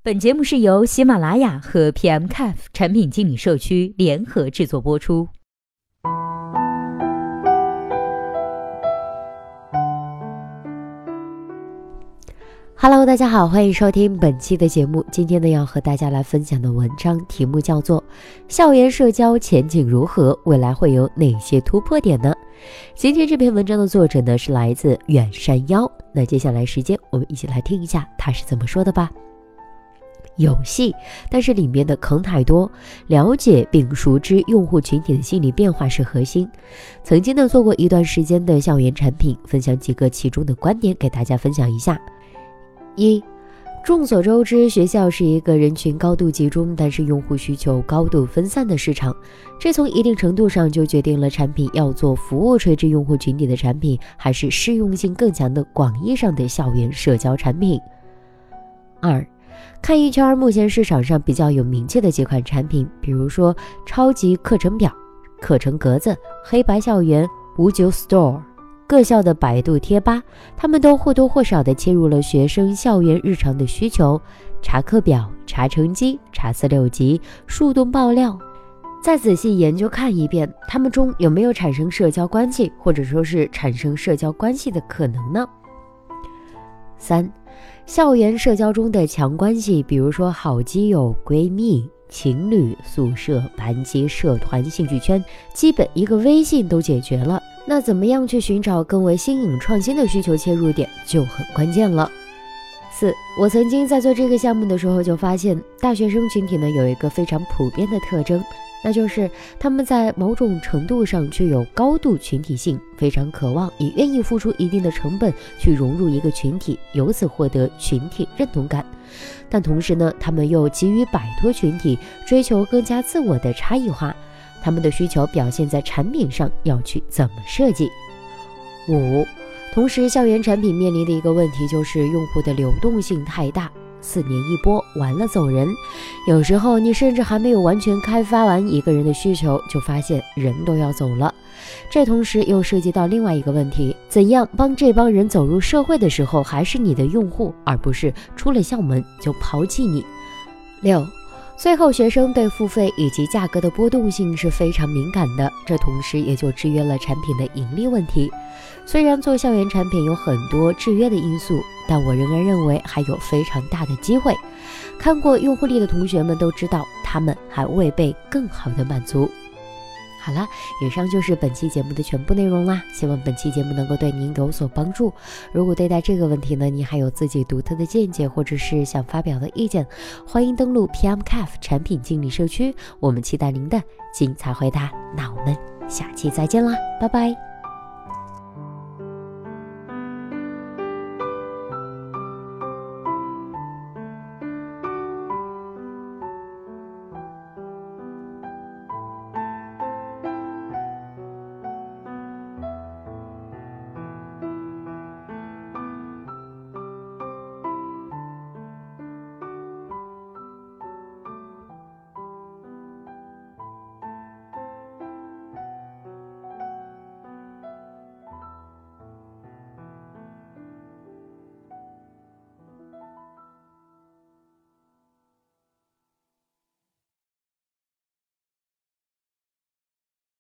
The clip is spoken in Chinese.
本节目是由喜马拉雅和 PMCAF 产品经理社区联合制作播出。 Hello， 大家好，欢迎收听本期的节目。今天呢，要和大家来分享的文章题目叫做《校园社交前景如何？未来会有哪些突破点呢？》今天这篇文章的作者呢是来自远山妖。那接下来时间，我们一起来听一下他是怎么说的吧。有戏，但是里面的坑太多。了解并熟知用户群体的心理变化是核心。曾经呢做过一段时间的校园产品，分享几个其中的观点给大家分享一下。一，众所周知，学校是一个人群高度集中，但是用户需求高度分散的市场。这从一定程度上就决定了产品要做服务垂直用户群体的产品，还是适用性更强的广义上的校园社交产品。二，看一圈目前市场上比较有名气的几款产品，比如说超级课程表、课程格子、黑白校园、59 Store、各校的百度贴吧，他们都或多或少地切入了学生校园日常的需求，查课表、查成绩、查4-6级、树洞爆料。再仔细研究看一遍，他们中有没有产生社交关系，或者说是产生社交关系的可能呢？三，校园社交中的强关系，比如说好基友、闺蜜、情侣、宿舍、班级、社团、兴趣圈，基本一个微信都解决了。那怎么样去寻找更为新颖创新的需求切入点就很关键了。四，我曾经在做这个项目的时候就发现，大学生群体呢有一个非常普遍的特征，那就是他们在某种程度上具有高度群体性，非常渴望也愿意付出一定的成本去融入一个群体，由此获得群体认同感。但同时呢，他们又急于摆脱群体，追求更加自我的差异化。他们的需求表现在产品上要去怎么设计。五，同时校园产品面临的一个问题就是用户的流动性太大，4年一波，完了走人。有时候你甚至还没有完全开发完一个人的需求，就发现人都要走了。这同时又涉及到另外一个问题，怎样帮这帮人走入社会的时候还是你的用户，而不是出了校门就抛弃你。六，最后学生对付费以及价格的波动性是非常敏感的，这同时也就制约了产品的盈利问题。虽然做校园产品有很多制约的因素，但我仍然认为还有非常大的机会。看过用户力的同学们都知道，他们还未被更好的满足。好了，以上就是本期节目的全部内容啦，希望本期节目能够对您有所帮助。如果对待这个问题呢，你还有自己独特的见解，或者是想发表的意见，欢迎登录 PMCAF 产品经理社区，我们期待您的精彩回答。那我们下期再见啦，拜拜。